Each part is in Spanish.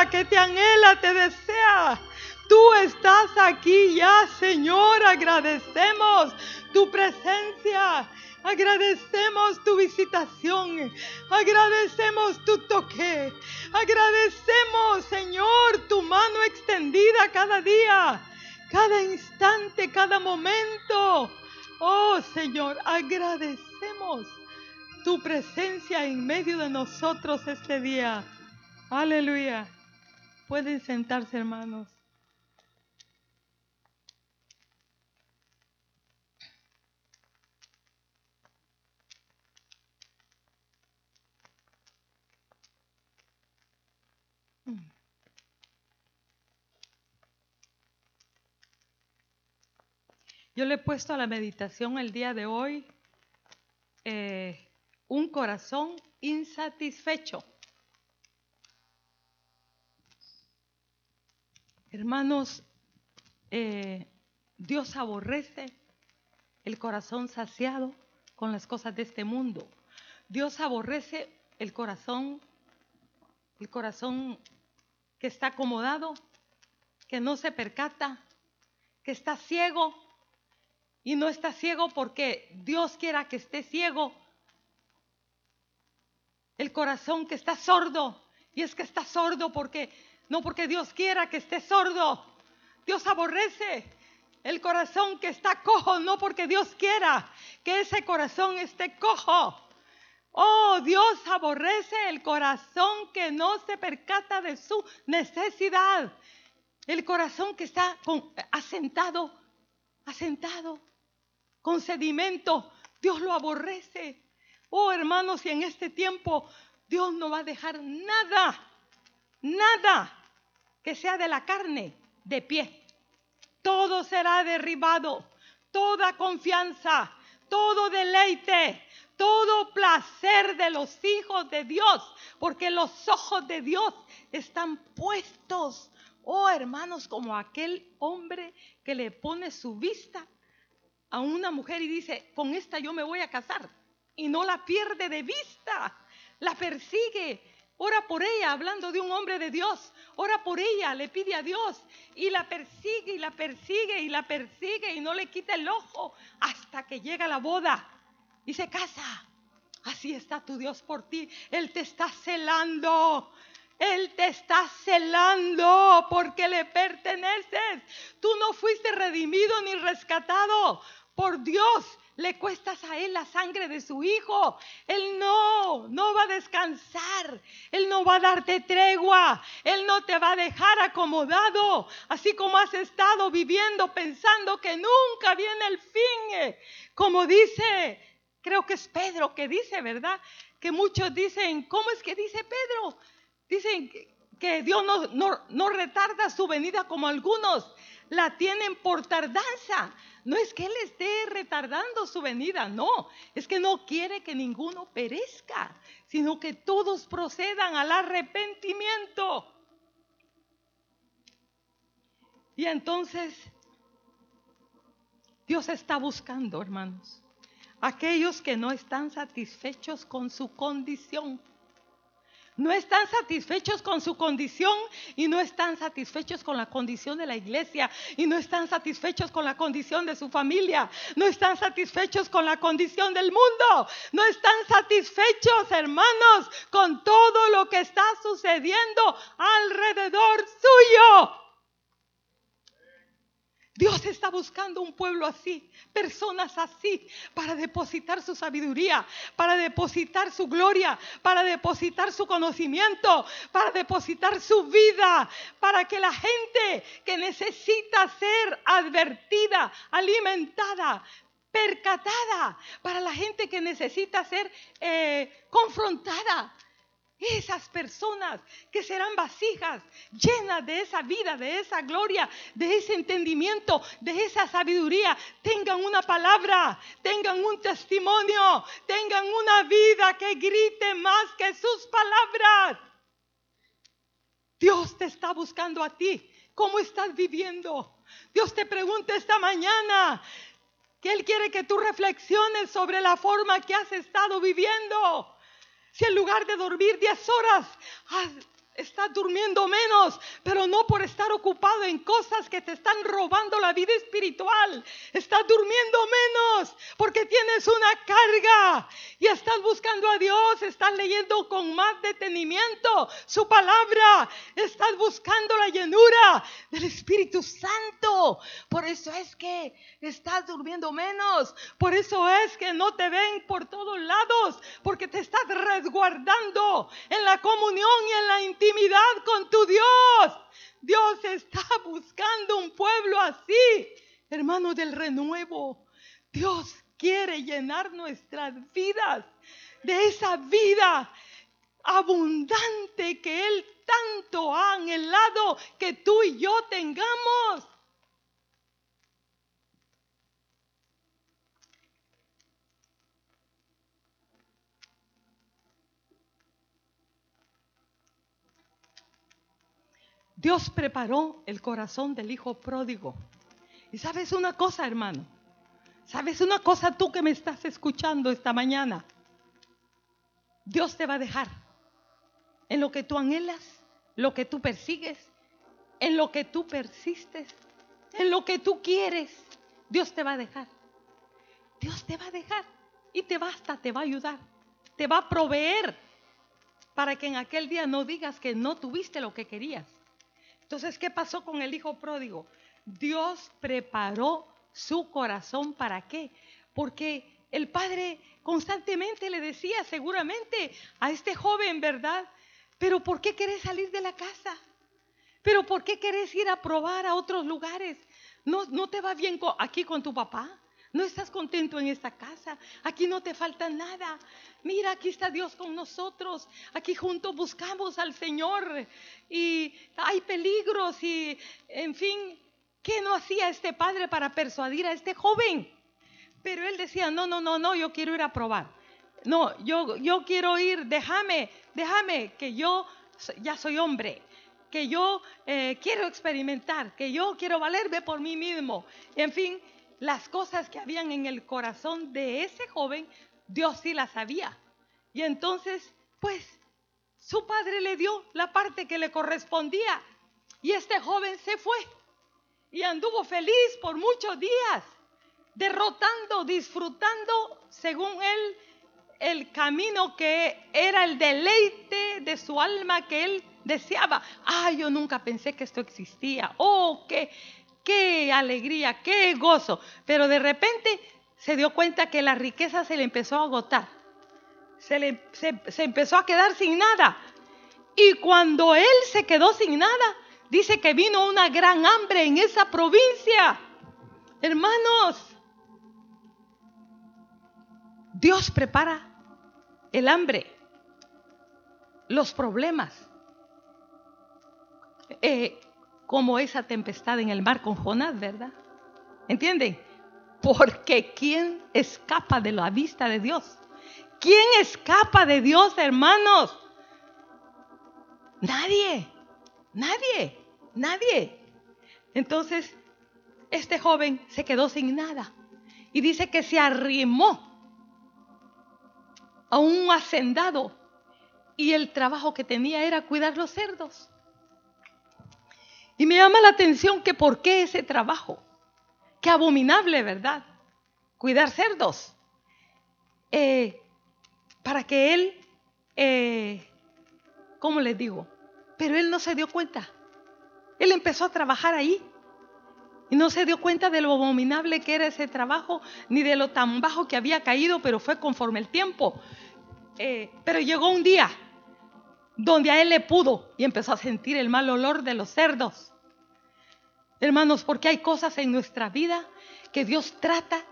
espera, que te anhela, te desea. Tú estás aquí ya, Señor. Agradecemos tu presencia. Agradecemos tu visitación. Agradecemos tu toque. Agradecemos, Señor, tu mano extendida cada día, cada instante, cada momento. Oh, Señor, agradecemos tu presencia en medio de nosotros este día. Aleluya. Pueden sentarse, hermanos. Yo le he puesto a la meditación el día de hoy un corazón insatisfecho. Hermanos, Dios aborrece el corazón saciado con las cosas de este mundo. Dios aborrece el corazón que está acomodado, que no se percata, que está ciego. Y no está ciego porque Dios quiera que esté ciego. El corazón que está sordo, y es que está sordo no porque Dios quiera que esté sordo. Dios aborrece el corazón que está cojo, no porque Dios quiera que ese corazón esté cojo. Oh, Dios aborrece el corazón que no se percata de su necesidad. El corazón que está asentado, con sedimento. Dios lo aborrece. Oh, hermanos, y en este tiempo Dios no va a dejar nada que sea de la carne de pie. Todo será derribado, toda confianza, todo deleite, todo placer de los hijos de Dios, porque los ojos de Dios están puestos, oh hermanos, como aquel hombre que le pone su vista a una mujer y dice, con esta yo me voy a casar, y no la pierde de vista, la persigue, ora por ella, hablando de un hombre de Dios, ora por ella, le pide a Dios, y la persigue, y la persigue, y la persigue, y no le quita el ojo, hasta que llega la boda, y se casa. Así está tu Dios por ti. Él te está celando. Él te está celando porque le perteneces. Tú no fuiste redimido ni rescatado por Dios. Le cuestas a Él la sangre de su Hijo. Él no va a descansar. Él no va a darte tregua. Él no te va a dejar acomodado. Así como has estado viviendo pensando que nunca viene el fin. Como dice, creo que es Pedro que dice, ¿verdad? Que muchos dicen, ¿cómo es que dice Pedro? Dicen que Dios no retarda su venida como algunos la tienen por tardanza. No es que Él esté retardando su venida, no. Es que no quiere que ninguno perezca, sino que todos procedan al arrepentimiento. Y entonces Dios está buscando, hermanos, aquellos que no están satisfechos con su condición. No están satisfechos con su condición y no están satisfechos con la condición de la iglesia y no están satisfechos con la condición de su familia, no están satisfechos con la condición del mundo, no están satisfechos, hermanos, con todo lo que está sucediendo alrededor suyo. Dios está buscando un pueblo así, personas así, para depositar su sabiduría, para depositar su gloria, para depositar su conocimiento, para depositar su vida, para que la gente que necesita ser advertida, alimentada, percatada, para la gente que necesita ser confrontada. Esas personas que serán vasijas llenas de esa vida, de esa gloria, de ese entendimiento, de esa sabiduría, tengan una palabra, tengan un testimonio, tengan una vida que grite más que sus palabras. Dios te está buscando a ti. ¿Cómo estás viviendo? Dios te pregunta esta mañana que Él quiere que tú reflexiones sobre la forma que has estado viviendo. Si en lugar de dormir 10 horas has estado estás durmiendo menos, pero no por estar ocupado en cosas que te están robando la vida espiritual. Estás durmiendo menos porque tienes una carga y estás buscando a Dios, estás leyendo con más detenimiento su palabra, estás buscando la llenura del Espíritu Santo. Por eso es que estás durmiendo menos, por eso es que no te ven por todos lados, porque te estás resguardando en la comunión y en la intimidad con tu Dios. Dios está buscando un pueblo así, hermanos del renuevo. Dios quiere llenar nuestras vidas de esa vida abundante que Él tanto ha anhelado que tú y yo tengamos. Dios preparó el corazón del hijo pródigo. Y sabes una cosa, hermano, sabes una cosa, tú que me estás escuchando esta mañana, Dios te va a dejar en lo que tú anhelas, lo que tú persigues, en lo que tú persistes, en lo que tú quieres. Dios te va a dejar. Dios te va a dejar y te va a ayudar, te va a proveer para que en aquel día no digas que no tuviste lo que querías. Entonces, ¿qué pasó con el hijo pródigo? Dios preparó su corazón. ¿Para qué? Porque el padre constantemente le decía seguramente a este joven, ¿verdad? ¿Pero por qué querés salir de la casa? ¿Pero por qué querés ir a probar a otros lugares? ¿No te va bien aquí con tu papá? ¿No estás contento en esta casa? Aquí no te falta nada. Mira, aquí está Dios con nosotros. Aquí juntos buscamos al Señor. Y hay peligros y, en fin, ¿qué no hacía este padre para persuadir a este joven? Pero él decía, no, yo quiero ir a probar. No, yo quiero ir, déjame, que yo ya soy hombre. Que yo quiero experimentar, que yo quiero valerme por mí mismo. En fin, las cosas que habían en el corazón de ese joven, Dios sí las sabía. Y entonces, pues, su padre le dio la parte que le correspondía. Y este joven se fue y anduvo feliz por muchos días, derrotando, disfrutando, según él, el camino que era el deleite de su alma que él deseaba. Yo nunca pensé que esto existía. Qué alegría, qué gozo. Pero de repente se dio cuenta que la riqueza se le empezó a agotar. Se empezó a quedar sin nada. Y cuando él se quedó sin nada, dice que vino una gran hambre en esa provincia. Hermanos, Dios prepara el hambre, los problemas, como esa tempestad en el mar con Jonás, ¿verdad? ¿Entienden? Porque ¿quién escapa de la vista de Dios? ¿Quién escapa de Dios, hermanos? Nadie. Entonces, este joven se quedó sin nada y dice que se arrimó a un hacendado y el trabajo que tenía era cuidar los cerdos. Y me llama la atención que por qué ese trabajo, qué abominable, ¿verdad? Cuidar cerdos. Para que él, ¿cómo les digo? Pero él no se dio cuenta. Él empezó a trabajar ahí y no se dio cuenta de lo abominable que era ese trabajo, ni de lo tan bajo que había caído, pero fue conforme el tiempo. Pero llegó un día donde a él le pudo y empezó a sentir el mal olor de los cerdos. Hermanos, porque hay cosas en nuestra vida que Dios trata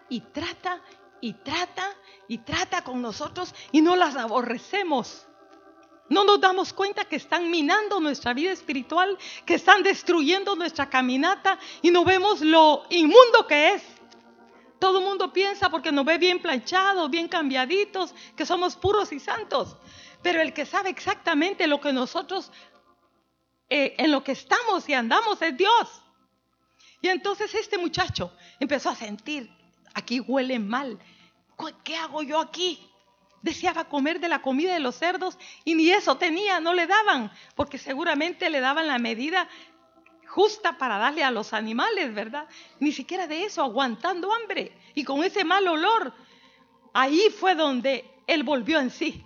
con nosotros y no las aborrecemos. No nos damos cuenta que están minando nuestra vida espiritual, que están destruyendo nuestra caminata y no vemos lo inmundo que es. Todo el mundo piensa porque nos ve bien planchados, bien cambiaditos, que somos puros y santos. Pero el que sabe exactamente lo que nosotros, en lo que estamos y andamos es Dios. Y entonces este muchacho empezó a sentir, aquí huele mal. ¿Qué hago yo aquí? deseaba comer de la comida de los cerdos y ni eso tenía, no le daban, porque seguramente le daban la medida justa para darle a los animales, ¿verdad? Ni siquiera de eso, aguantando hambre y con ese mal olor. Ahí fue donde él volvió en sí.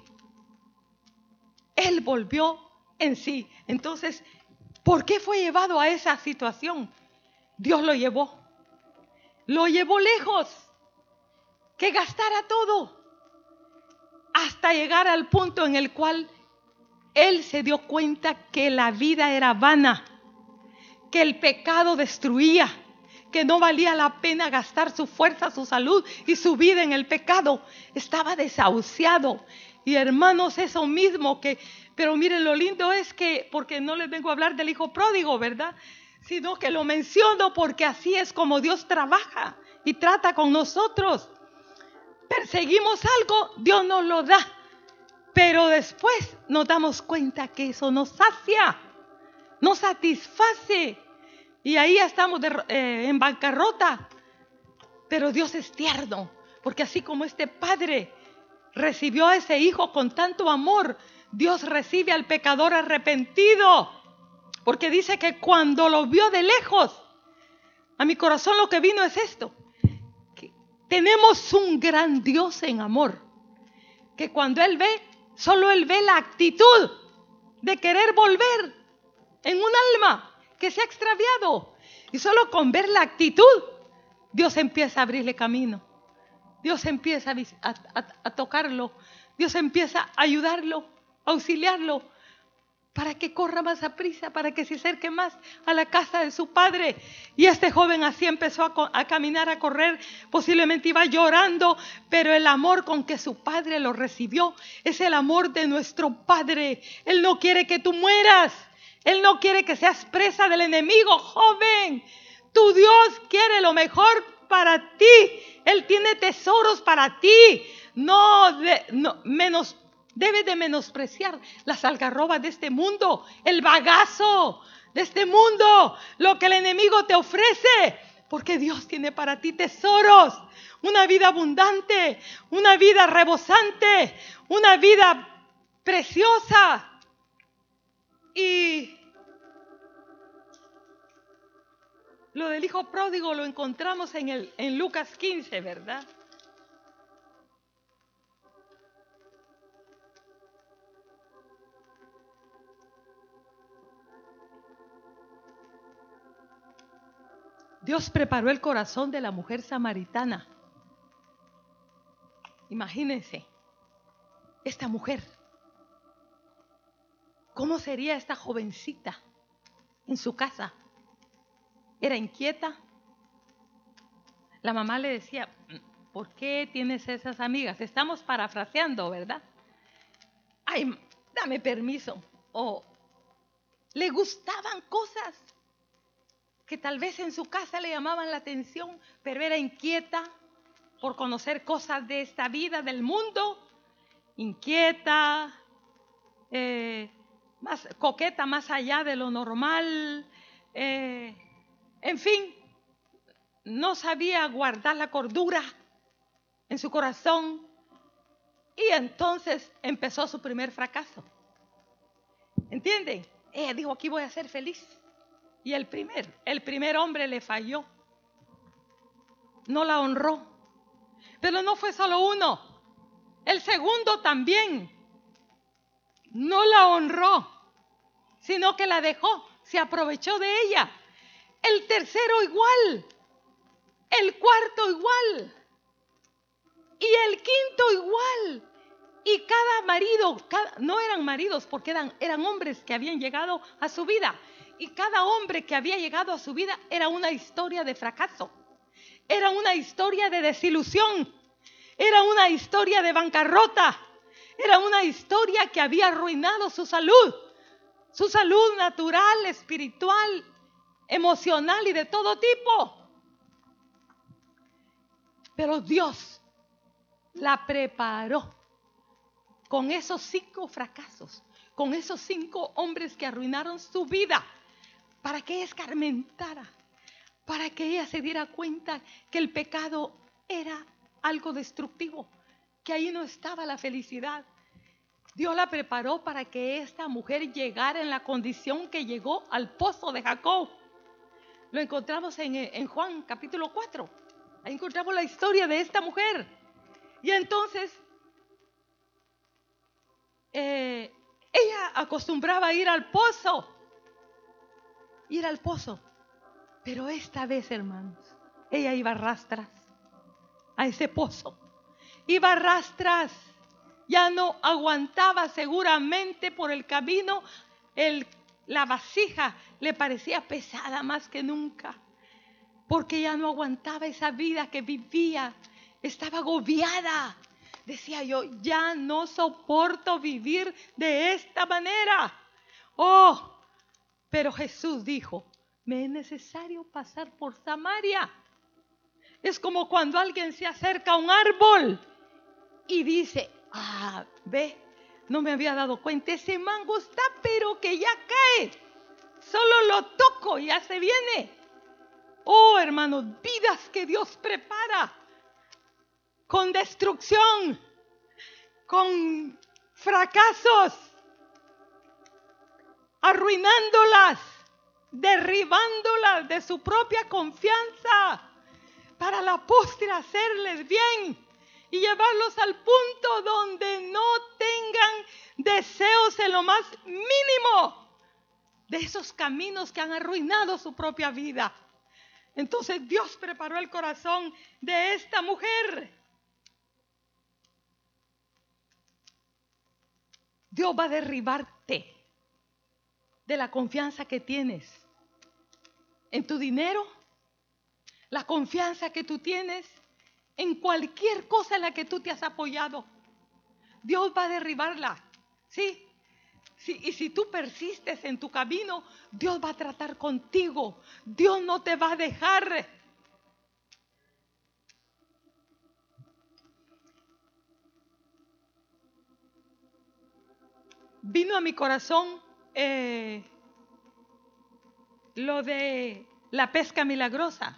Él volvió en sí. Entonces, ¿por qué fue llevado a esa situación? Dios lo llevó lejos, que gastara todo, hasta llegar al punto en el cual él se dio cuenta que la vida era vana, que el pecado destruía, que no valía la pena gastar su fuerza, su salud y su vida en el pecado. Estaba desahuciado. Y hermanos, eso mismo pero miren, lo lindo es que, porque no les vengo a hablar del hijo pródigo, ¿verdad? Sino que lo menciono porque así es como Dios trabaja y trata con nosotros. Perseguimos algo, Dios nos lo da, pero después nos damos cuenta que eso nos sacia, nos satisface, y ahí estamos en bancarrota. Pero Dios es tierno, porque así como este padre recibió a ese hijo con tanto amor, Dios recibe al pecador arrepentido, porque dice que cuando lo vio de lejos, a mi corazón lo que vino es esto: que tenemos un gran Dios en amor, que cuando Él ve, solo Él ve la actitud de querer volver en un alma que se ha extraviado, y solo con ver la actitud, Dios empieza a abrirle camino, Dios empieza a tocarlo, Dios empieza a ayudarlo, a auxiliarlo, para que corra más a prisa, para que se acerque más a la casa de su padre. Y este joven así empezó a caminar, a correr, posiblemente iba llorando, pero el amor con que su padre lo recibió es el amor de nuestro Padre. Él no quiere que tú mueras, Él no quiere que seas presa del enemigo, joven. Tu Dios quiere lo mejor para ti, Él tiene tesoros para ti. Debes de menospreciar las algarrobas de este mundo, el bagazo de este mundo, lo que el enemigo te ofrece, porque Dios tiene para ti tesoros, una vida abundante, una vida rebosante, una vida preciosa. Y lo del hijo pródigo lo encontramos en Lucas 15, ¿verdad? Dios preparó el corazón de la mujer samaritana. Imagínense, esta mujer, ¿cómo sería esta jovencita en su casa? Era inquieta. La mamá le decía: ¿por qué tienes esas amigas? Estamos parafraseando, ¿verdad? Ay, dame permiso. O le gustaban cosas que tal vez en su casa le llamaban la atención, pero era inquieta por conocer cosas de esta vida, del mundo. Inquieta, más coqueta, más allá de lo normal. En fin, no sabía guardar la cordura en su corazón, y entonces empezó su primer fracaso. ¿Entienden? Ella dijo: aquí voy a ser feliz. Y el primer hombre le falló, no la honró. Pero no fue solo uno, el segundo también no la honró, sino que la dejó, se aprovechó de ella. El tercero igual, el cuarto igual, y el quinto igual. Y cada marido, no eran maridos porque eran hombres que habían llegado a su vida. Y cada hombre que había llegado a su vida era una historia de fracaso, era una historia de desilusión, era una historia de bancarrota, era una historia que había arruinado su salud natural, espiritual, emocional y de todo tipo. Pero Dios la preparó con esos 5 fracasos, con esos 5 hombres que arruinaron su vida, para que ella escarmentara, para que ella se diera cuenta que el pecado era algo destructivo, que ahí no estaba la felicidad. Dios la preparó para que esta mujer llegara en la condición que llegó al pozo de Jacob. Lo encontramos en Juan capítulo 4. Ahí encontramos la historia de esta mujer. Y entonces, ella acostumbraba a ir al pozo. Pero esta vez, hermanos, ella iba a rastras a ese pozo. Iba a rastras. Ya no aguantaba, seguramente por el camino. La vasija le parecía pesada más que nunca, porque ya no aguantaba esa vida que vivía. Estaba agobiada. Decía yo, ya no soporto vivir de esta manera. Oh, pero Jesús dijo, me es necesario pasar por Samaria. Es como cuando alguien se acerca a un árbol y dice, ve, no me había dado cuenta, ese mango está pero que ya cae. Solo lo toco y ya se viene. Oh, hermanos, vidas que Dios prepara con destrucción, con fracasos, arruinándolas, derribándolas de su propia confianza, para la postre hacerles bien y llevarlos al punto donde no tengan deseos en lo más mínimo de esos caminos que han arruinado su propia vida. Entonces Dios preparó el corazón de esta mujer. Dios va a derribarte de la confianza que tienes en tu dinero, la confianza que tú tienes en cualquier cosa en la que tú te has apoyado. Dios va a derribarla, ¿sí? Y si tú persistes en tu camino, Dios va a tratar contigo. Dios no te va a dejar. Vino a mi corazón lo de la pesca milagrosa.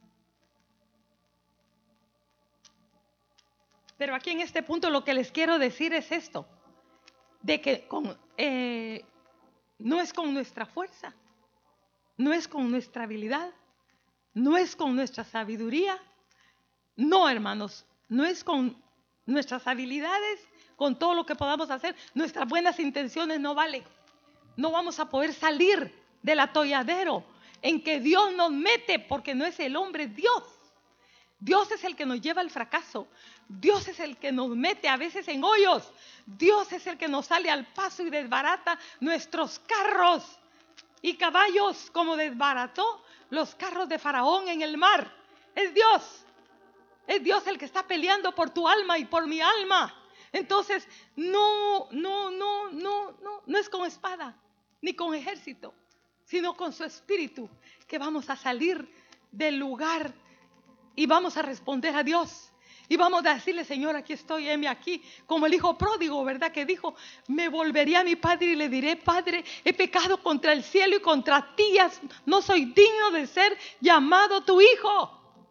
Pero aquí en este punto lo que les quiero decir es esto, de que no es con nuestra fuerza, no es con nuestra habilidad, no es con nuestra sabiduría, no, hermanos, no es con nuestras habilidades, con todo lo que podamos hacer, nuestras buenas intenciones no valen. No vamos a poder salir del atolladero en que Dios nos mete, porque no es el hombre, es Dios. Dios es el que nos lleva al fracaso. Dios es el que nos mete a veces en hoyos. Dios es el que nos sale al paso y desbarata nuestros carros y caballos, como desbarató los carros de Faraón en el mar. Es Dios. Es Dios el que está peleando por tu alma y por mi alma. Entonces, no es con espada ni con ejército, sino con su espíritu que vamos a salir del lugar y vamos a responder a Dios. Y vamos a decirle, Señor, aquí estoy, heme aquí, como el hijo pródigo, ¿verdad? Que dijo, me volveré a mi padre y le diré, Padre, he pecado contra el cielo y contra ti, no soy digno de ser llamado tu hijo.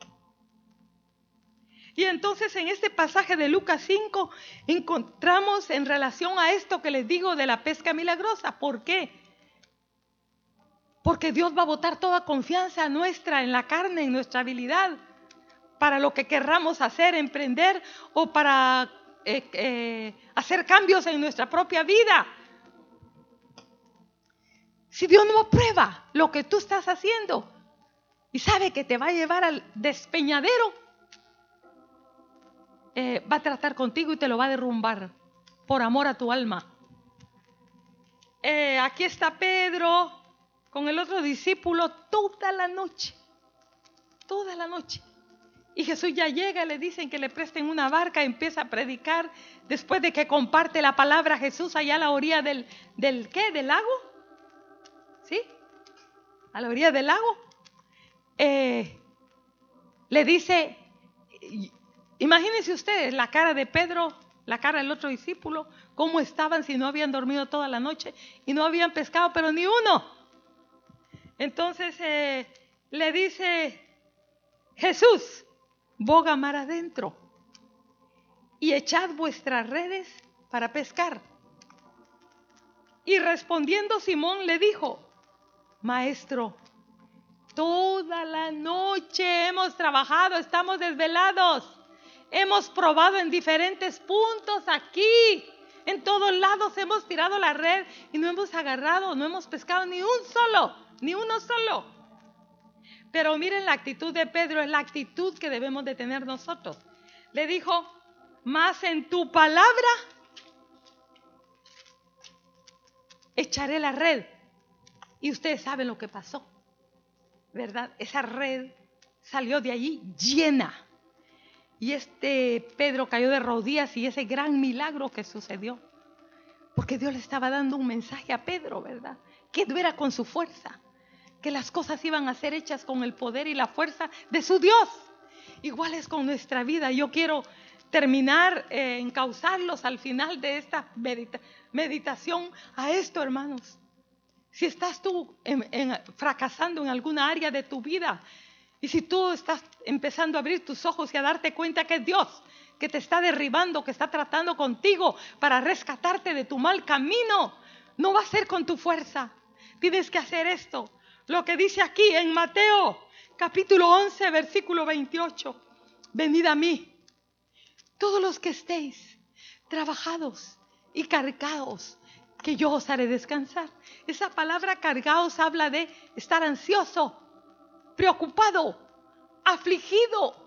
Y entonces en este pasaje de Lucas 5 encontramos en relación a esto que les digo de la pesca milagrosa. ¿Por qué? Porque Dios va a botar toda confianza nuestra en la carne, en nuestra habilidad, para lo que querramos hacer, emprender o para hacer cambios en nuestra propia vida. Si Dios no aprueba lo que tú estás haciendo y sabe que te va a llevar al despeñadero, va a tratar contigo y te lo va a derrumbar por amor a tu alma. Aquí está Pedro con el otro discípulo toda la noche. Y Jesús ya llega, le dicen que le presten una barca, empieza a predicar. Después de que comparte la palabra Jesús allá a la orilla del ¿qué? ¿Del lago? ¿Sí? A la orilla del lago. Le dice, imagínense ustedes la cara de Pedro, la cara del otro discípulo, cómo estaban si no habían dormido toda la noche y no habían pescado, pero ni uno. Entonces le dice Jesús, boga mar adentro y echad vuestras redes para pescar. Y respondiendo Simón le dijo: Maestro, toda la noche hemos trabajado, estamos desvelados. Hemos probado en diferentes puntos aquí. En todos lados hemos tirado la red y no hemos agarrado, no hemos pescado ni uno solo. Pero miren la actitud de Pedro, es la actitud que debemos de tener nosotros. Le dijo: mas en tu palabra echaré la red. Y ustedes saben lo que pasó, ¿verdad? Esa red salió de allí llena. Y Pedro cayó de rodillas y ese gran milagro que sucedió. Porque Dios le estaba dando un mensaje a Pedro, ¿verdad? Que no era con su fuerza, que las cosas iban a ser hechas con el poder y la fuerza de su Dios. Igual es con nuestra vida. Yo quiero terminar, encauzarlos al final de esta meditación a esto, hermanos. Si estás tú fracasando en alguna área de tu vida, y si tú estás empezando a abrir tus ojos y a darte cuenta que es Dios que te está derribando, que está tratando contigo para rescatarte de tu mal camino, no va a ser con tu fuerza. Tienes que hacer esto. Lo que dice aquí en Mateo capítulo 11, versículo 28. Venid a mí, todos los que estéis trabajados y cargados, que yo os haré descansar. Esa palabra cargados habla de estar ansioso, preocupado, afligido.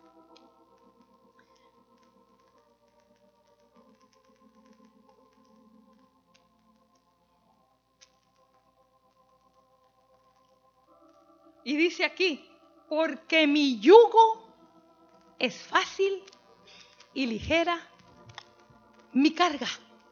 Y dice aquí: porque mi yugo es fácil y ligera mi carga.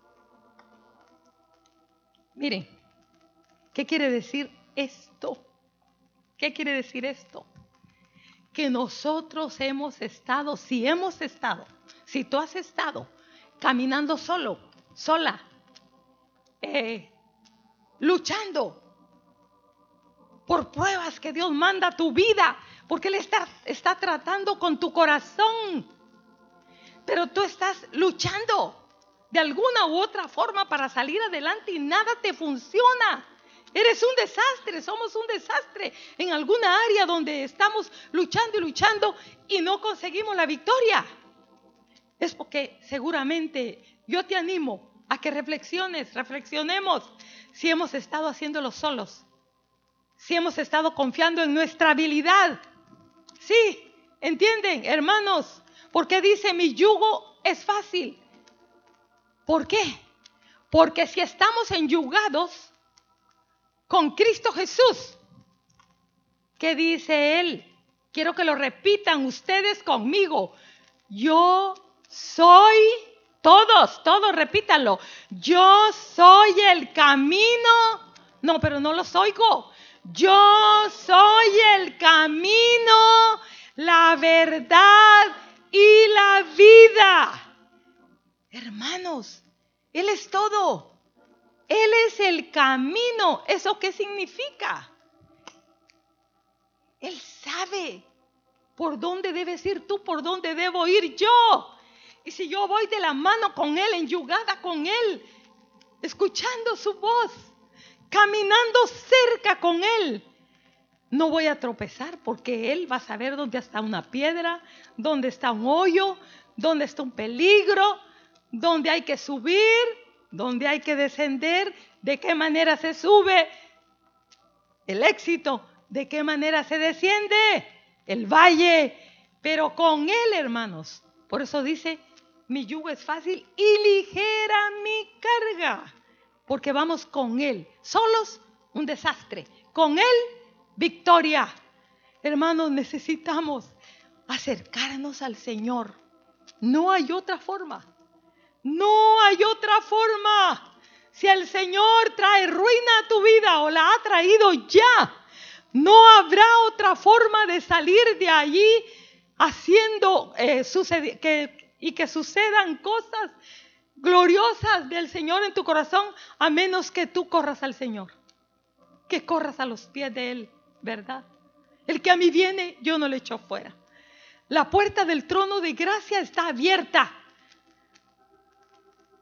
Miren, ¿qué quiere decir esto? ¿Qué quiere decir esto? Que nosotros hemos estado, si tú has estado caminando solo, sola, luchando por pruebas que Dios manda a tu vida, porque Él está tratando con tu corazón, pero tú estás luchando de alguna u otra forma para salir adelante y nada te funciona. Eres un desastre, somos un desastre en alguna área donde estamos luchando y luchando y no conseguimos la victoria. Es porque seguramente yo te animo a que reflexionemos si hemos estado haciéndolo solos, si hemos estado confiando en nuestra habilidad. Sí, ¿entienden, hermanos? Porque dice: mi yugo es fácil. ¿Por qué? Porque si estamos enyugados con Cristo Jesús, ¿qué dice Él? Quiero que lo repitan ustedes conmigo. Yo soy, todos repítanlo. Yo soy el camino. No, pero no los oigo. Yo soy el camino, la verdad y la vida. Hermanos, Él es todo. Él es el camino. ¿Eso qué significa? Él sabe por dónde debes ir tú, por dónde debo ir yo. Y si yo voy de la mano con Él, enyugada con Él, escuchando su voz, caminando cerca con Él, no voy a tropezar, porque Él va a saber dónde está una piedra, dónde está un hoyo, dónde está un peligro, dónde hay que subir, dónde hay que descender, de qué manera se sube el éxito, de qué manera se desciende el valle. Pero con Él, hermanos, por eso dice: mi yugo es fácil y ligera mi carga, porque vamos con Él. Solos, un desastre. Con Él, victoria. Hermanos, necesitamos acercarnos al Señor. No hay otra forma. No hay otra forma. Si el Señor trae ruina a tu vida o la ha traído ya, no habrá otra forma de salir de allí haciendo que sucedan cosas gloriosas del Señor en tu corazón, a menos que tú corras al Señor, que corras a los pies de Él, ¿verdad? El que a mí viene, yo no le echo fuera. La puerta del trono de gracia está abierta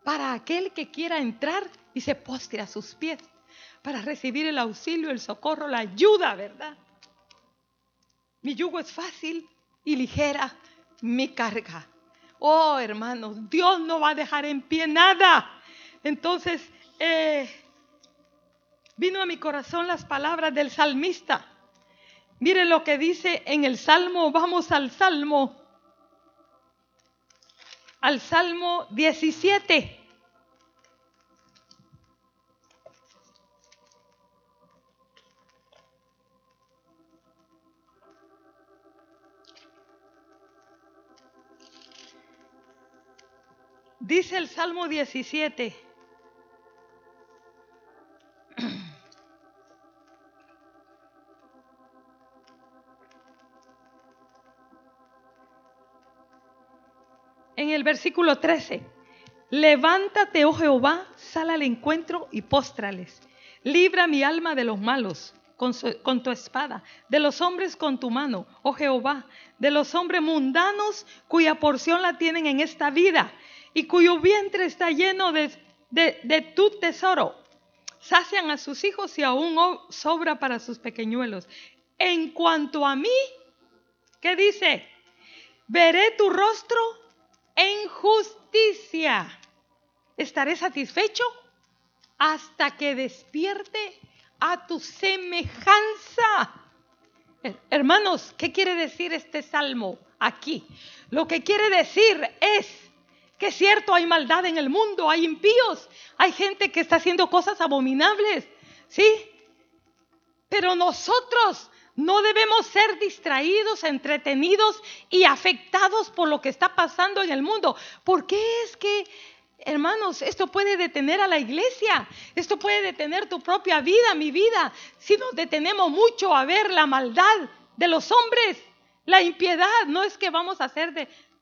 para aquel que quiera entrar y se postre a sus pies, para recibir el auxilio, el socorro, la ayuda, ¿verdad? Mi yugo es fácil y ligera mi carga. Oh, hermanos, Dios no va a dejar en pie nada. Entonces, vino a mi corazón las palabras del salmista. Miren lo que dice en el Salmo, vamos al Salmo 17. Dice el Salmo 17. En el versículo 13, levántate, oh Jehová, sal al encuentro y póstrales. Libra mi alma de los malos con tu espada, de los hombres con tu mano, oh Jehová, de los hombres mundanos cuya porción la tienen en esta vida y cuyo vientre está lleno de tu tesoro. Sacian a sus hijos y aún sobra para sus pequeñuelos. En cuanto a mí, ¿qué dice? Veré tu rostro en justicia. Estaré satisfecho hasta que despierte a tu semejanza. Hermanos, ¿qué quiere decir este salmo aquí? Lo que quiere decir es que es cierto, hay maldad en el mundo, hay impíos, hay gente que está haciendo cosas abominables, ¿sí? Pero nosotros no debemos ser distraídos, entretenidos y afectados por lo que está pasando en el mundo. ¿Por qué es que, hermanos, esto puede detener a la iglesia? Esto puede detener tu propia vida, mi vida, si nos detenemos mucho a ver la maldad de los hombres, la impiedad. No es que vamos a hacer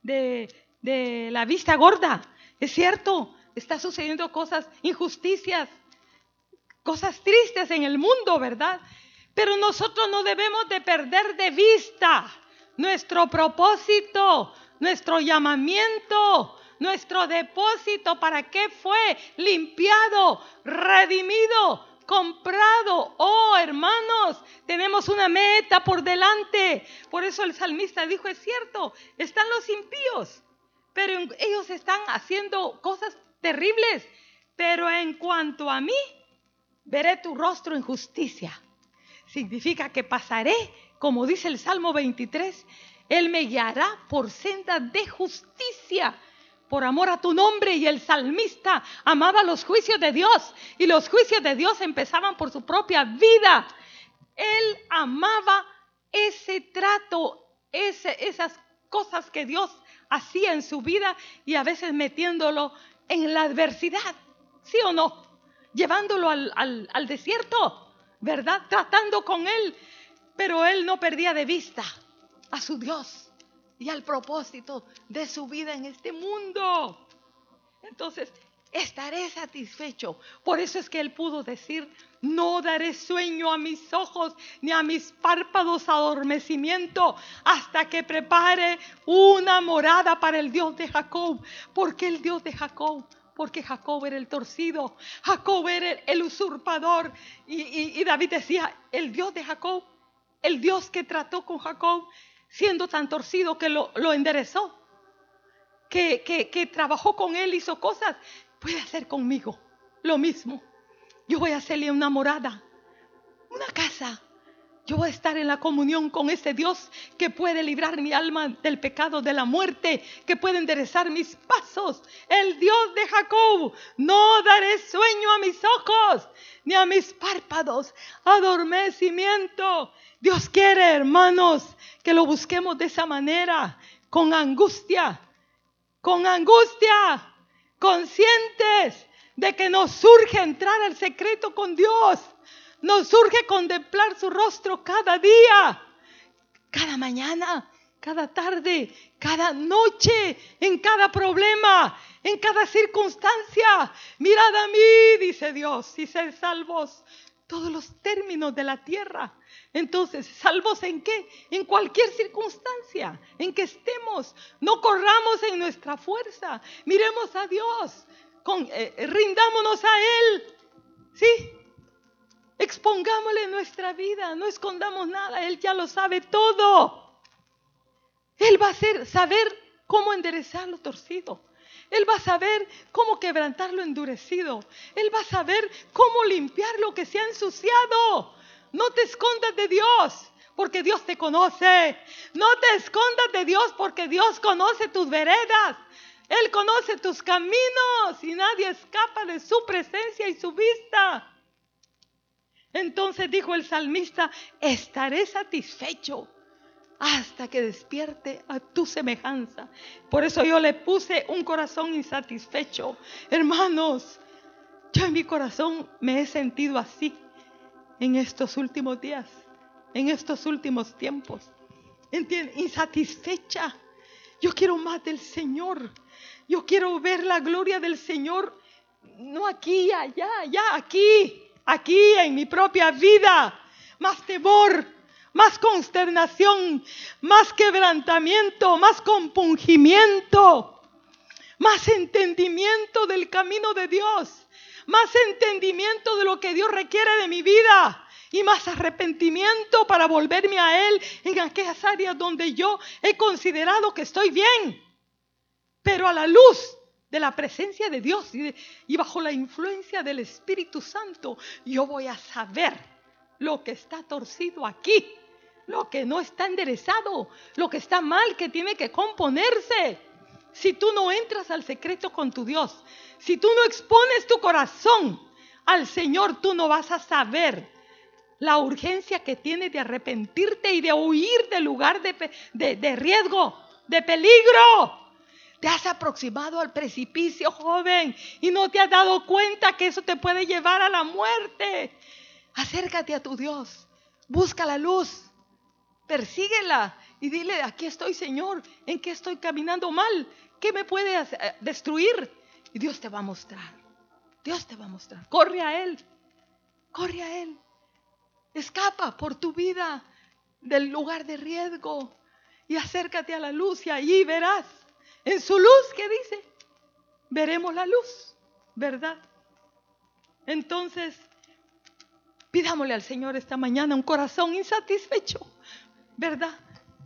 de la vista gorda. Es cierto, está sucediendo cosas, injusticias, cosas tristes en el mundo, ¿verdad? Pero nosotros no debemos de perder de vista nuestro propósito, nuestro llamamiento, nuestro depósito. ¿Para qué fue limpiado, redimido, comprado? Oh, hermanos, tenemos una meta por delante. Por eso el salmista dijo, es cierto, están los impíos, pero ellos están haciendo cosas terribles. Pero en cuanto a mí, veré tu rostro en justicia. Significa que pasaré, como dice el Salmo 23, Él me guiará por sendas de justicia, por amor a tu nombre. Y el salmista amaba los juicios de Dios, y los juicios de Dios empezaban por su propia vida. Él amaba ese trato, esas cosas que Dios hacía en su vida, y a veces metiéndolo en la adversidad, ¿sí o no? Llevándolo al desierto, ¿verdad? Tratando con él, pero él no perdía de vista a su Dios y al propósito de su vida en este mundo. Entonces, estaré satisfecho. Por eso es que él pudo decir, no daré sueño a mis ojos, ni a mis párpados adormecimiento, hasta que prepare una morada para el Dios de Jacob. ¿Por qué el Dios de Jacob? Porque Jacob era el torcido, Jacob era el usurpador. Y David decía, el Dios de Jacob, el Dios que trató con Jacob, siendo tan torcido que lo enderezó, que trabajó con él, hizo cosas, puede hacer conmigo lo mismo. Yo voy a hacerle una morada, una casa. Yo voy a estar en la comunión con ese Dios que puede librar mi alma del pecado, de la muerte, que puede enderezar mis pasos. El Dios de Jacob, no daré sueño a mis ojos, ni a mis párpados adormecimiento. Dios quiere, hermanos, que lo busquemos de esa manera, con angustia, conscientes de que nos surge entrar al secreto con Dios. Nos surge contemplar su rostro cada día, cada mañana, cada tarde, cada noche, en cada problema, en cada circunstancia. Mirad a mí, dice Dios, y sed salvos todos los términos de la tierra. Entonces, ¿salvos en qué? En cualquier circunstancia en que estemos. No corramos en nuestra fuerza. Miremos a Dios. rindámonos a Él. ¿Sí? Expongámosle nuestra vida, no escondamos nada, Él ya lo sabe todo. Él va a saber cómo enderezar lo torcido. Él va a saber cómo quebrantar lo endurecido. Él va a saber cómo limpiar lo que se ha ensuciado. No te escondas de Dios, porque Dios te conoce. No te escondas de Dios, porque Dios conoce tus veredas. Él conoce tus caminos y nadie escapa de su presencia y su vista. Entonces dijo el salmista: estaré satisfecho hasta que despierte a tu semejanza. Por eso yo le puse un corazón insatisfecho. Hermanos, yo en mi corazón me he sentido así en estos últimos días, en estos últimos tiempos. Insatisfecha. Yo quiero más del Señor. Yo quiero ver la gloria del Señor, no aquí, allá, aquí en mi propia vida. Más temor, más consternación, más quebrantamiento, más compungimiento, más entendimiento del camino de Dios, más entendimiento de lo que Dios requiere de mi vida y más arrepentimiento para volverme a Él en aquellas áreas donde yo he considerado que estoy bien. Pero a la luz de la presencia de Dios y bajo la influencia del Espíritu Santo, yo voy a saber lo que está torcido aquí, lo que no está enderezado, lo que está mal, que tiene que componerse. Si tú no entras al secreto con tu Dios, si tú no expones tu corazón al Señor, tú no vas a saber la urgencia que tienes de arrepentirte y de huir del lugar de riesgo, de peligro. Te has aproximado al precipicio, joven, y no te has dado cuenta que eso te puede llevar a la muerte. Acércate a tu Dios, busca la luz, persíguela y dile: aquí estoy, Señor, ¿en qué estoy caminando mal? ¿Qué me puede destruir? Y Dios te va a mostrar, Dios te va a mostrar. Corre a Él, escapa por tu vida del lugar de riesgo y acércate a la luz y allí verás. En su luz, ¿qué dice? Veremos la luz, ¿verdad? Entonces, pidámosle al Señor esta mañana un corazón insatisfecho, ¿verdad?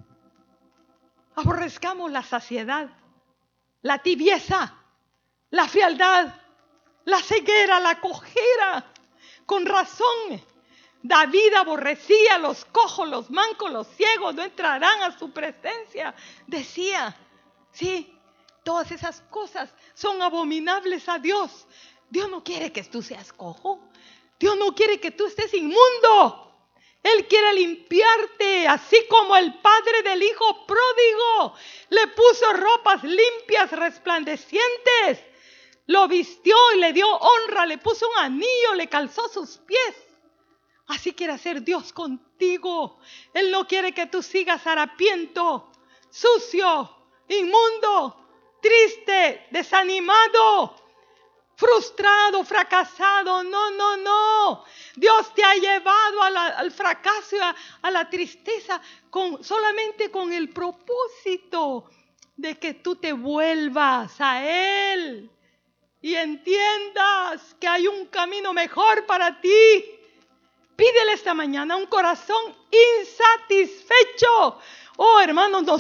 Aborrezcamos la saciedad, la tibieza, la frialdad, la ceguera, la cojera. Con razón, David aborrecía: los cojos, los mancos, los ciegos no entrarán a su presencia. Decía, sí, todas esas cosas son abominables a Dios. Dios no quiere que tú seas cojo. Dios no quiere que tú estés inmundo. Él quiere limpiarte, así como el padre del hijo pródigo le puso ropas limpias, resplandecientes. Lo vistió y le dio honra, le puso un anillo, le calzó sus pies. Así quiere hacer Dios contigo. Él no quiere que tú sigas harapiento, sucio, inmundo, triste, desanimado, frustrado, fracasado. No. Dios te ha llevado al fracaso y a la tristeza solamente con el propósito de que tú te vuelvas a Él y entiendas que hay un camino mejor para ti. Pídele esta mañana un corazón insatisfecho. Oh, hermanos, nos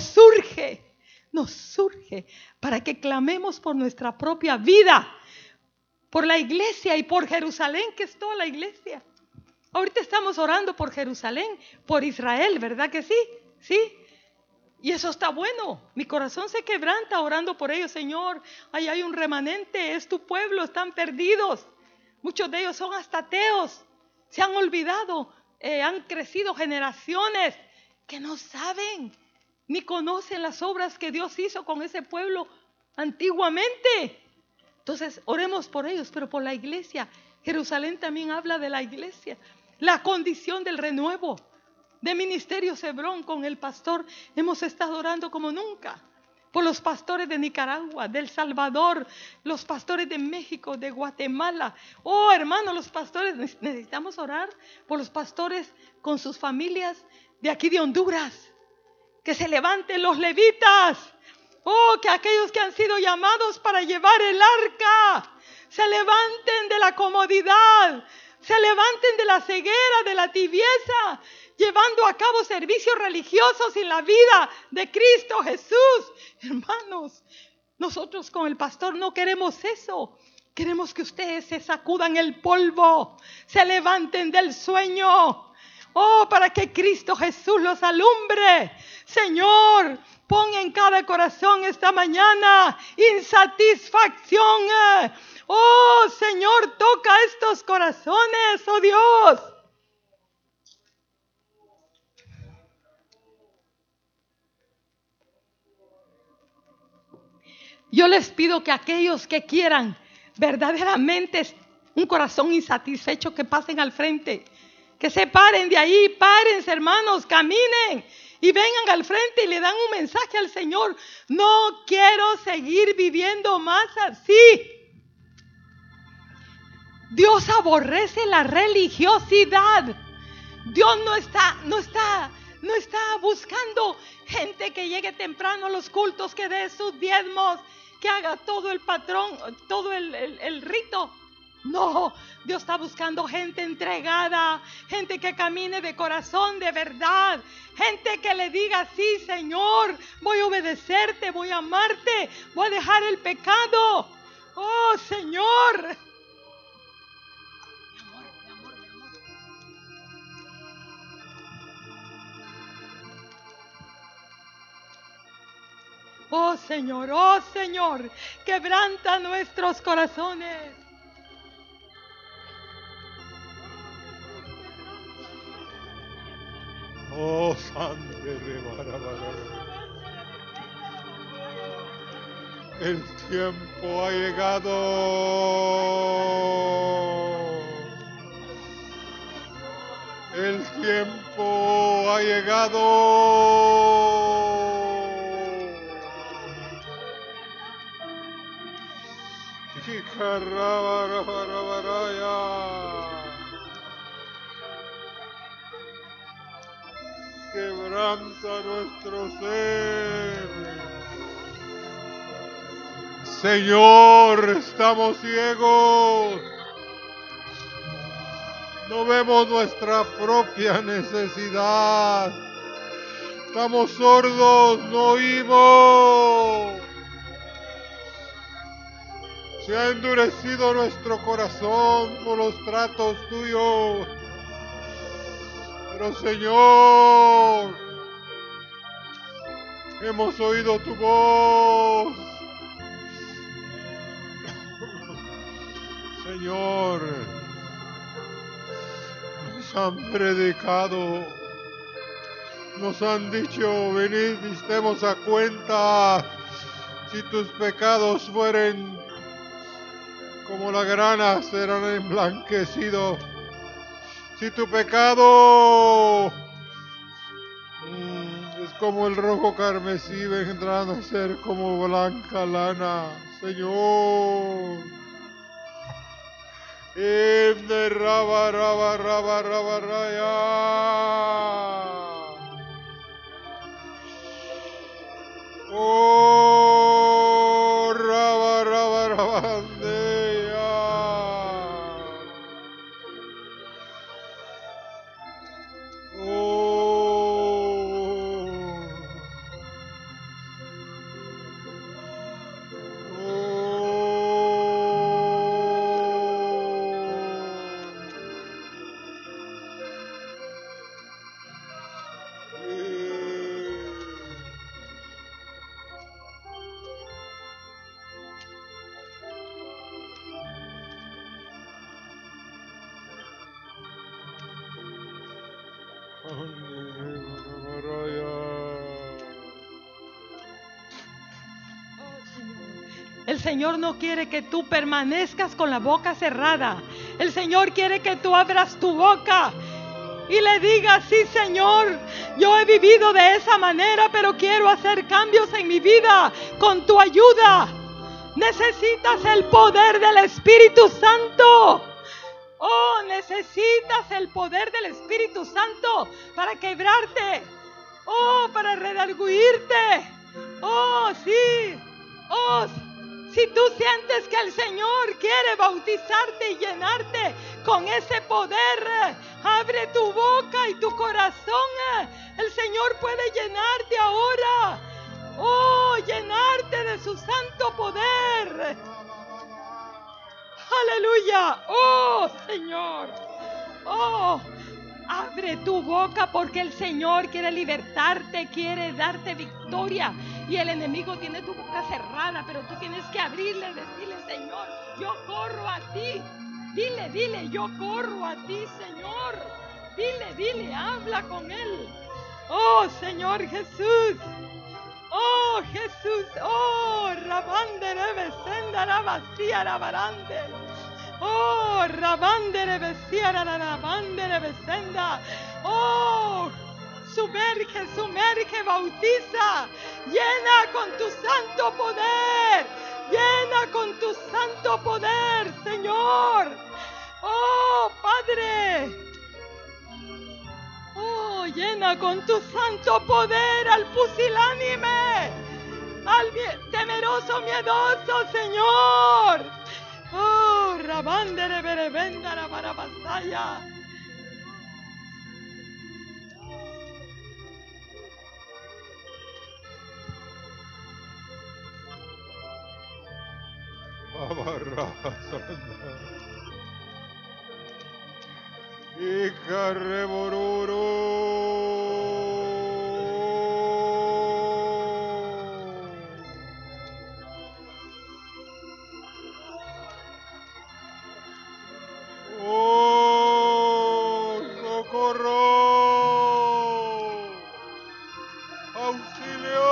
surge para que clamemos por nuestra propia vida, por la iglesia y por Jerusalén, que es toda la iglesia. Ahorita estamos orando por Jerusalén, por Israel, ¿verdad que sí? Sí. Y eso está bueno. Mi corazón se quebranta orando por ellos. Señor, ahí hay un remanente, es tu pueblo, están perdidos. Muchos de ellos son hasta ateos. Se han olvidado, han crecido generaciones que no saben ni conocen las obras que Dios hizo con ese pueblo antiguamente. Entonces, oremos por ellos, pero por la iglesia. Jerusalén también habla de la iglesia. La condición del renuevo. De Ministerio Cebrón con el pastor hemos estado orando como nunca. Por los pastores de Nicaragua, de El Salvador, los pastores de México, de Guatemala. Oh, hermanos, los pastores, necesitamos orar por los pastores con sus familias de aquí de Honduras. Que se levanten los levitas. Oh, que aquellos que han sido llamados para llevar el arca se levanten de la comodidad, se levanten de la ceguera, de la tibieza, llevando a cabo servicios religiosos en la vida de Cristo Jesús. Hermanos, nosotros con el pastor no queremos eso. Queremos que ustedes se sacudan el polvo, se levanten del sueño. Oh, para que Cristo Jesús los alumbre. Señor, pon en cada corazón esta mañana insatisfacción. Oh, Señor, toca estos corazones, oh Dios. Yo les pido que aquellos que quieran verdaderamente un corazón insatisfecho, que pasen al frente, que se paren de ahí, párense, hermanos, caminen y vengan al frente y le dan un mensaje al Señor. No quiero seguir viviendo más así. Dios aborrece la religiosidad. Dios no está buscando gente que llegue temprano a los cultos, que dé sus diezmos, que haga todo el patrón, todo el rito. No, Dios está buscando gente entregada, gente que camine de corazón, de verdad, gente que le diga: sí, Señor, voy a obedecerte, voy a amarte, voy a dejar el pecado. Oh, Señor. Oh Señor, quebranta nuestros corazones. Oh, Sante Rebarabara. El tiempo ha llegado. El tiempo ha llegado. Quebranta nuestro ser. Señor, estamos ciegos. No vemos nuestra propia necesidad. Estamos sordos, no oímos. Se ha endurecido nuestro corazón por los tratos tuyos. Pero Señor, hemos oído tu voz. Señor, nos han predicado, nos han dicho: venid y estemos a cuenta. Si tus pecados fueren como la grana, serán emblanquecidos. Si tu pecado es como el rojo carmesí, vendrán a ser como blanca lana. Señor, raba, raba, raba, raba, raya. Oh, raba, raba, raba, El Señor no quiere que tú permanezcas con la boca cerrada. El Señor quiere que tú abras tu boca y le digas: sí, Señor, yo he vivido de esa manera, pero quiero hacer cambios en mi vida con tu ayuda. Necesitas el poder del Espíritu Santo. Oh, necesitas el poder del Espíritu Santo para quebrarte. Oh, para redarguirte. Oh, sí. Oh, Si tú sientes que el Señor quiere bautizarte y llenarte con ese poder, abre tu boca y tu corazón. El Señor puede llenarte ahora. Oh, llenarte de su santo poder. Aleluya. Oh, Señor. Oh, abre tu boca porque el Señor quiere libertarte, quiere darte victoria. Y el enemigo tiene tu boca cerrada, pero tú tienes que abrirle, decirle: Señor, yo corro a ti. Dile, yo corro a ti, Señor. Dile, habla con Él. Oh, Señor Jesús. Oh, Jesús. Oh, Rabandere Besenda Rabasía Rabarande. Oh, Rabandere Besía Rabandere Besenda. Oh, sumerge, bautiza. Llena con tu santo poder. Llena con tu santo poder, Señor. Oh, Padre. Oh, llena con tu santo poder al pusilánime, al temeroso, miedoso, Señor. Oh, Rabandere Berebenda la Barabasaya. Y ¡oh, socorro! ¡Auxilio!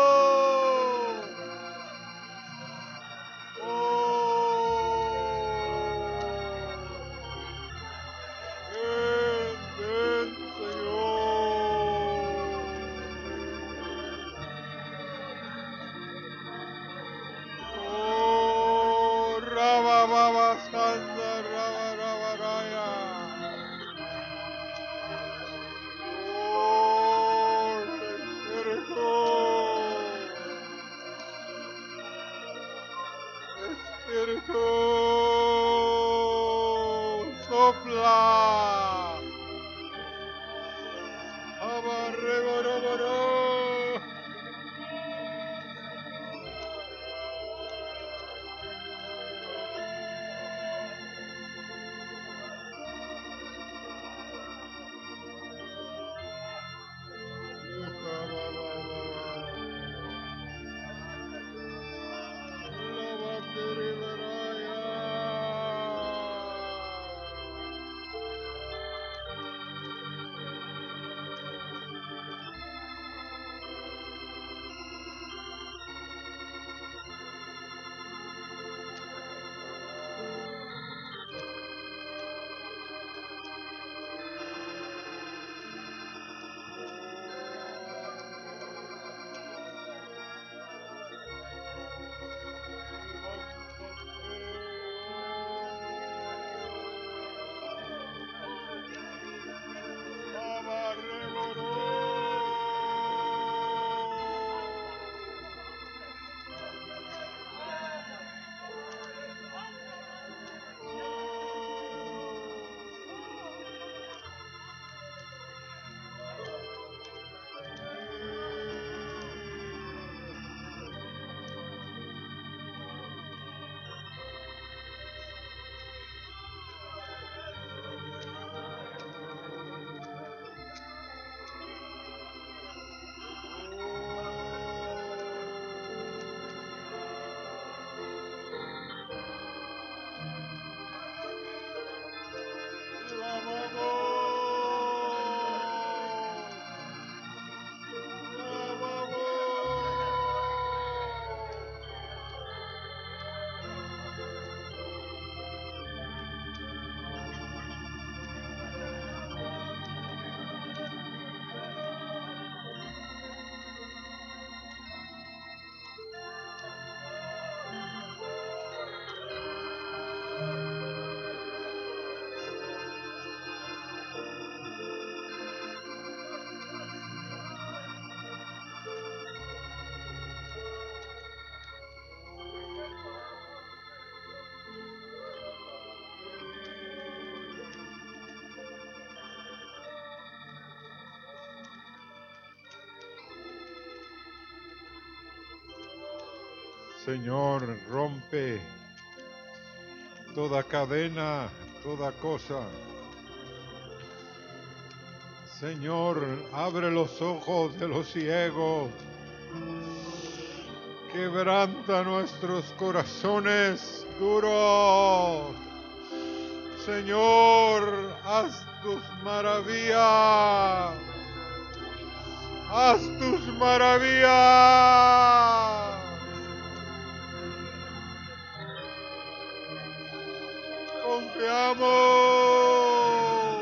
Ven, Señor. Oh, Rabababa Santa Rabaraya. Oh, Espíritu. Espíritu. Sopla. Abarreboroboro. Señor, rompe toda cadena, toda cosa. Señor, abre los ojos de los ciegos. Quebranta nuestros corazones duros. Señor, haz tus maravillas. Haz tus maravillas. Confiamos.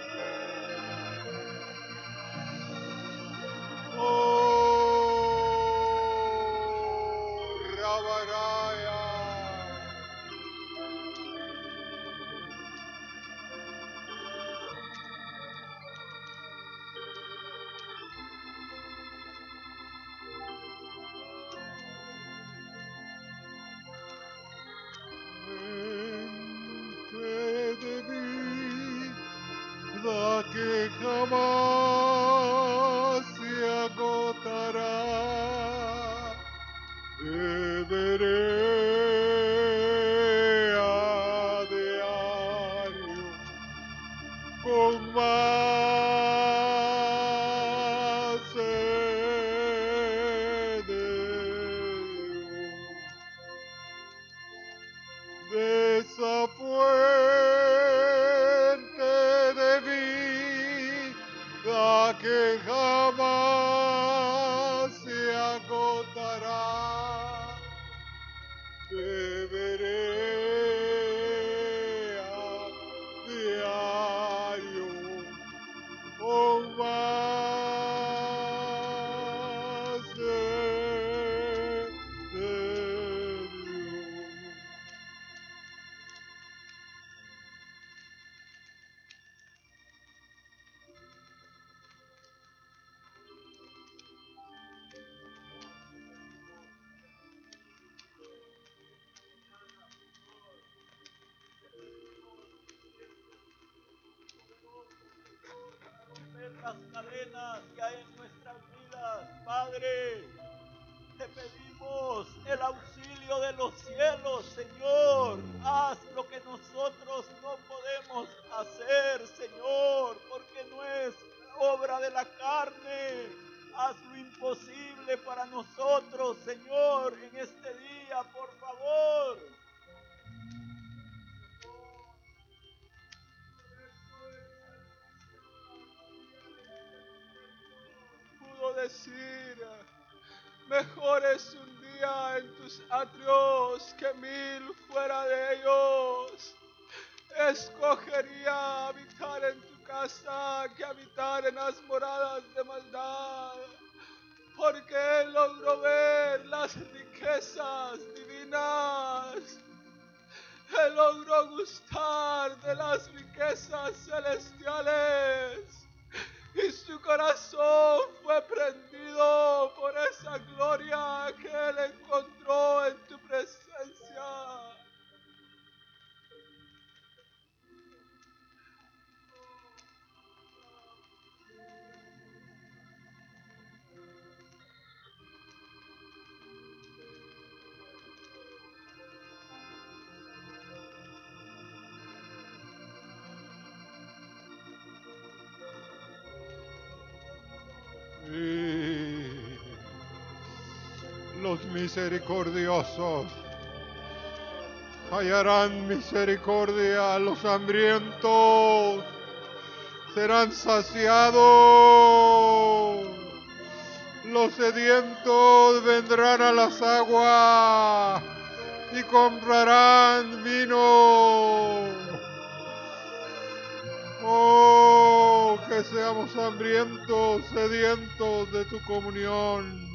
Oh, Rabaraya. Fuente de vida que jamás se agotará. Beberé a diario con más sed de esa fuente de vida que jamás se agotará. Beberé a diario con más sed de Dios. Las cadenas que hay en nuestras vidas, Padre, te pedimos el auxilio de los cielos, Señor. Haz lo que nosotros no podemos hacer, Señor, porque no es obra de la carne. Haz lo imposible para nosotros, Señor, en este día, por favor. Pudo decir: mejor es un día en tus atrios que 1000 fuera de ellos. Escogería habitar en tu casa que habitar en las moradas de maldad, porque Él logró ver las riquezas divinas. Él logró gustar de las riquezas celestiales. Y su corazón fue prendido por esa gloria que Él encontró en tu presencia. Y los misericordiosos hallarán misericordia, los hambrientos serán saciados, los sedientos vendrán a las aguas y comprarán vino. Oh, que seamos hambrientos, sedientos de tu comunión.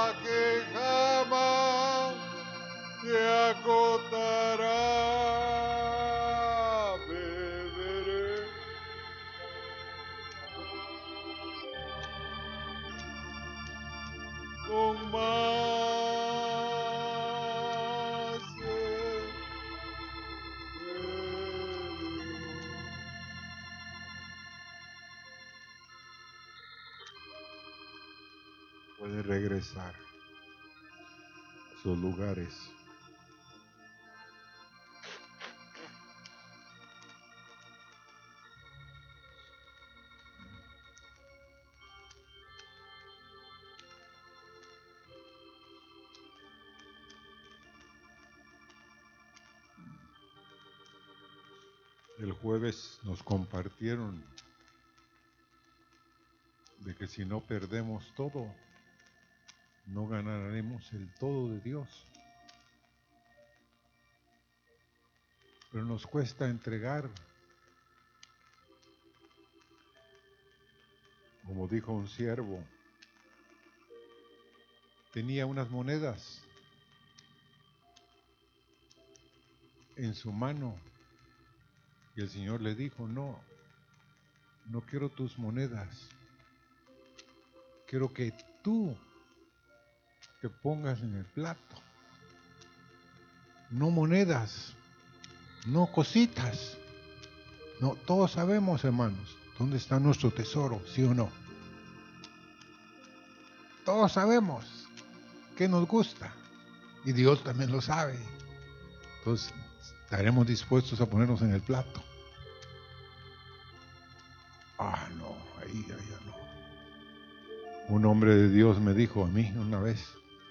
que jamás se agotará. Beberé con más sed que yo. Puede regresar a sus lugares. El jueves nos compartieron de que si no perdemos todo, no ganaremos el todo de Dios. Pero nos cuesta entregar. Como dijo un siervo, tenía unas monedas en su mano y el Señor le dijo, no quiero tus monedas, quiero que tú te pongas en el plato, no monedas, no cositas, no, todos sabemos, hermanos, dónde está nuestro tesoro, ¿sí o no? Todos sabemos qué nos gusta y Dios también lo sabe. Entonces, estaremos dispuestos a ponernos en el plato. No, ahí ya no. Un hombre de Dios me dijo a mí una vez,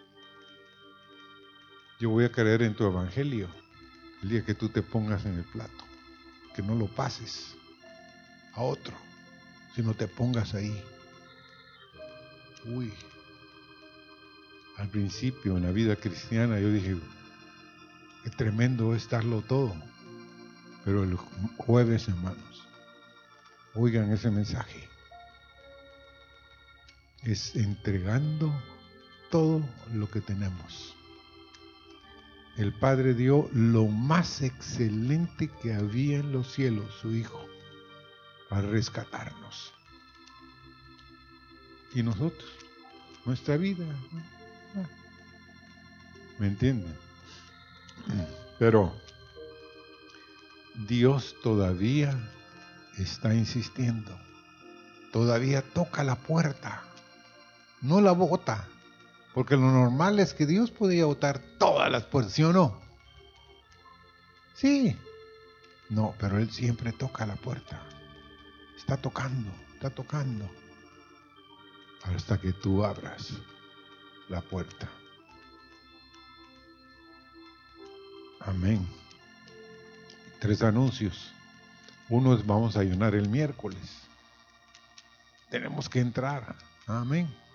yo voy a creer en tu evangelio el día que tú te pongas en el plato, que no lo pases a otro, sino te pongas ahí. Uy, al principio en la vida cristiana yo dije, qué tremendo es darlo todo, pero el jueves, hermanos, oigan ese mensaje, es entregando todo lo que tenemos. El Padre dio lo más excelente que había en los cielos, su Hijo, para rescatarnos. Y nosotros, nuestra vida, ¿me entienden? Pero Dios todavía está insistiendo, todavía toca la puerta, no la bota, porque lo normal es que Dios podía botar todas las puertas, ¿sí o no? Sí, no, pero Él siempre toca la puerta, está tocando, hasta que tú abras la puerta. Amén. 3 anuncios. Uno es vamos a ayunar el miércoles. Tenemos que entrar. Amén.